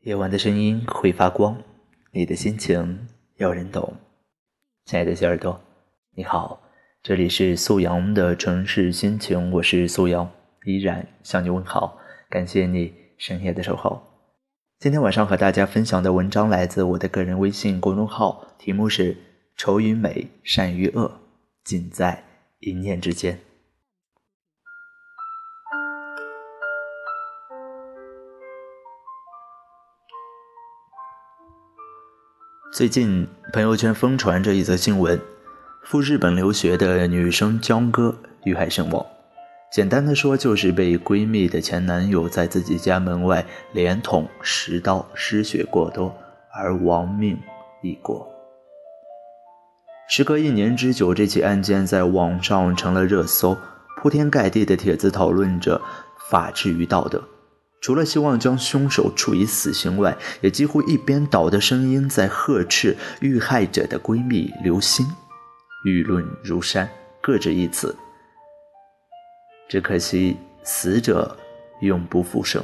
夜晚的声音会发光，你的心情有人懂。亲爱的小耳朵，你好，这里是素阳的城市心情，我是素阳，依然向你问好，感谢你深夜的守候。今天晚上和大家分享的文章来自我的个人微信公众号，题目是丑与美，善与恶，尽在一念之间。最近朋友圈疯传着一则新闻，赴日本留学的女生江歌遇害身亡。简单的说，就是被闺蜜的前男友在自己家门外连捅10刀，失血过多而亡命异国。时隔1年之久，这起案件在网上成了热搜，铺天盖地的帖子讨论着法治与道德。除了希望将凶手处以死刑外，也几乎一边倒的声音在呵斥遇害者的闺蜜刘星。舆论如山，各执一词。只可惜死者永不复生。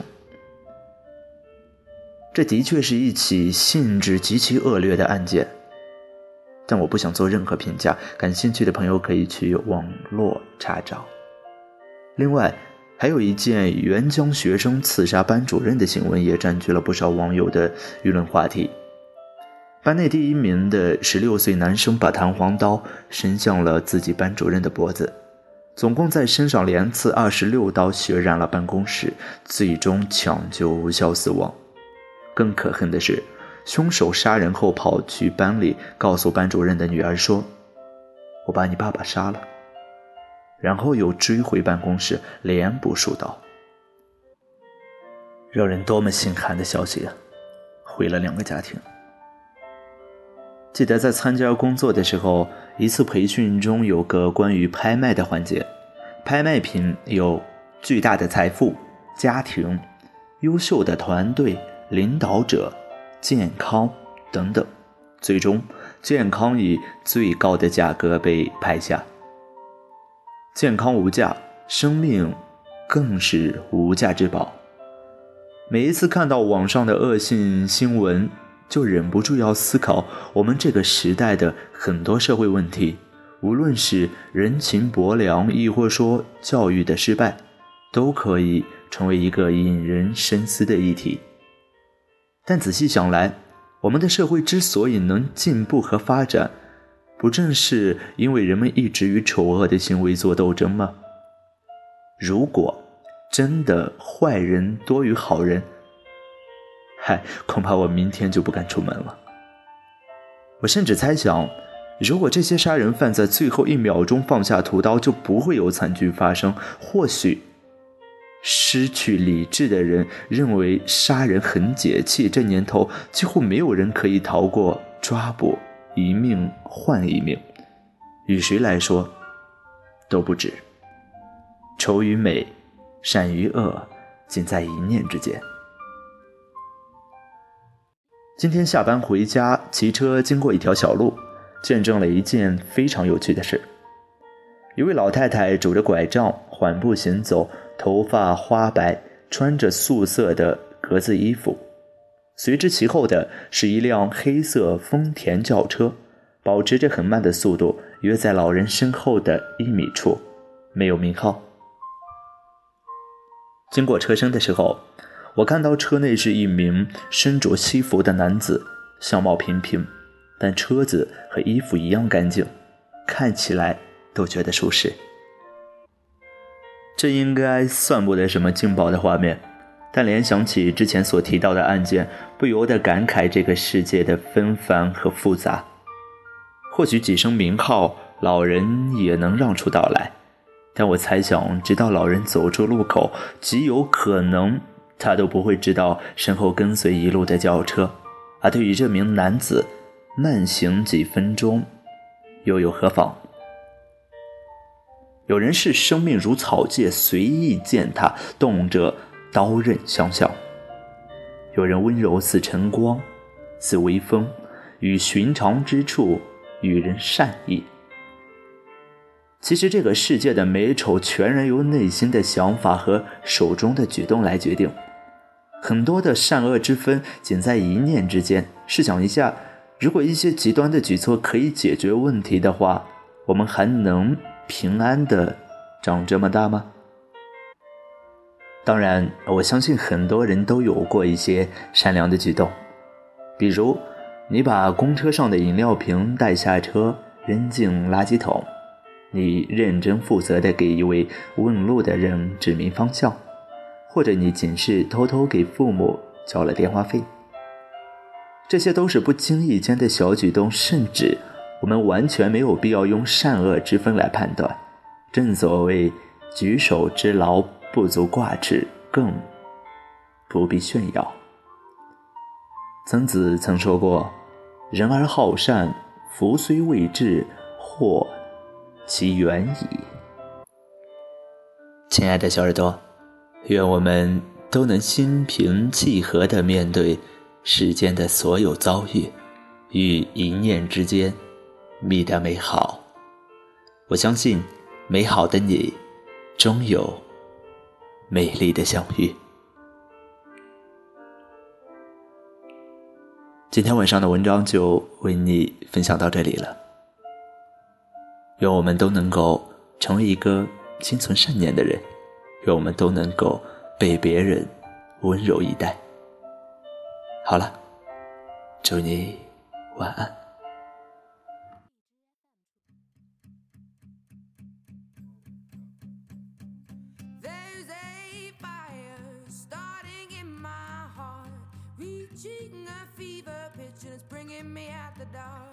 这的确是一起性质极其恶劣的案件，但我不想做任何评价，感兴趣的朋友可以去网络查找。另外还有一件援疆学生刺杀班主任的新闻也占据了不少网友的舆论话题。班内第1名的16岁男生把弹簧刀伸向了自己班主任的脖子，总共在身上连刺26刀，血染了办公室，最终抢救无效死亡。更可恨的是，凶手杀人后跑去班里告诉班主任的女儿说，我把你爸爸杀了，然后又追回办公室连补数刀。让人多么心寒的消息啊，毁了2个家庭。记得在参加工作的时候，一次培训中有个关于拍卖的环节，拍卖品有巨大的财富、家庭、优秀的团队、领导者、健康等等，最终健康以最高的价格被拍下。健康无价，生命更是无价之宝。每一次看到网上的恶性新闻，就忍不住要思考我们这个时代的很多社会问题，无论是人情薄凉，亦或说教育的失败，都可以成为一个引人深思的议题。但仔细想来，我们的社会之所以能进步和发展，不正是因为人们一直与丑恶的行为做斗争吗？如果真的坏人多于好人，恐怕我明天就不敢出门了。我甚至猜想，如果这些杀人犯在最后1秒钟放下屠刀，就不会有惨剧发生。或许失去理智的人认为杀人很解气，这年头几乎没有人可以逃过抓捕，一命换一命，与谁来说都不值。丑与美，善与恶，尽在一念之间。今天下班回家，骑车经过一条小路，见证了一件非常有趣的事。一位老太太拄着拐杖缓步行走，头发花白，穿着素色的格子衣服。随之其后的是一辆黑色丰田轿车，保持着很慢的速度，约在老人身后的1米处，没有鸣号。经过车身的时候，我看到车内是一名身着西服的男子，相貌平平，但车子和衣服一样干净，看起来都觉得舒适。这应该算不得什么劲爆的画面，但联想起之前所提到的案件，不由得感慨这个世界的纷繁和复杂。或许几声鸣号，老人也能让出道来，但我猜想直到老人走出路口，极有可能他都不会知道身后跟随一路的轿车，而对于这名男子慢行几分钟又有何妨？有人视生命如草芥，随意践踏，动辄刀刃相向；有人温柔似晨光，似微风，于寻常之处与人善意。其实这个世界的美丑全然由内心的想法和手中的举动来决定。 很多的善恶之分仅在一念之间。试想一下，如果一些极端的举措可以解决问题的话，我们还能平安的长这么大吗？当然，我相信很多人都有过一些善良的举动，比如你把公车上的饮料瓶带下车扔进垃圾桶，你认真负责地给一位问路的人指明方向，或者你仅是偷偷给父母交了电话费。这些都是不经意间的小举动，甚至我们完全没有必要用善恶之分来判断。正所谓举手之劳不足挂齿，更不必炫耀。曾子曾说过，人而好善，福虽未至，祸其远矣。亲爱的小耳朵，愿我们都能心平气和地面对世间的所有遭遇，与一念之间觅得美好。我相信美好的你终有美丽的相遇。今天晚上的文章就为你分享到这里了。愿我们都能够成为一个心存善念的人，愿我们都能够被别人温柔以待。好了，祝你晚安。 Reaching a fever pitch and it's bringing me out the dark.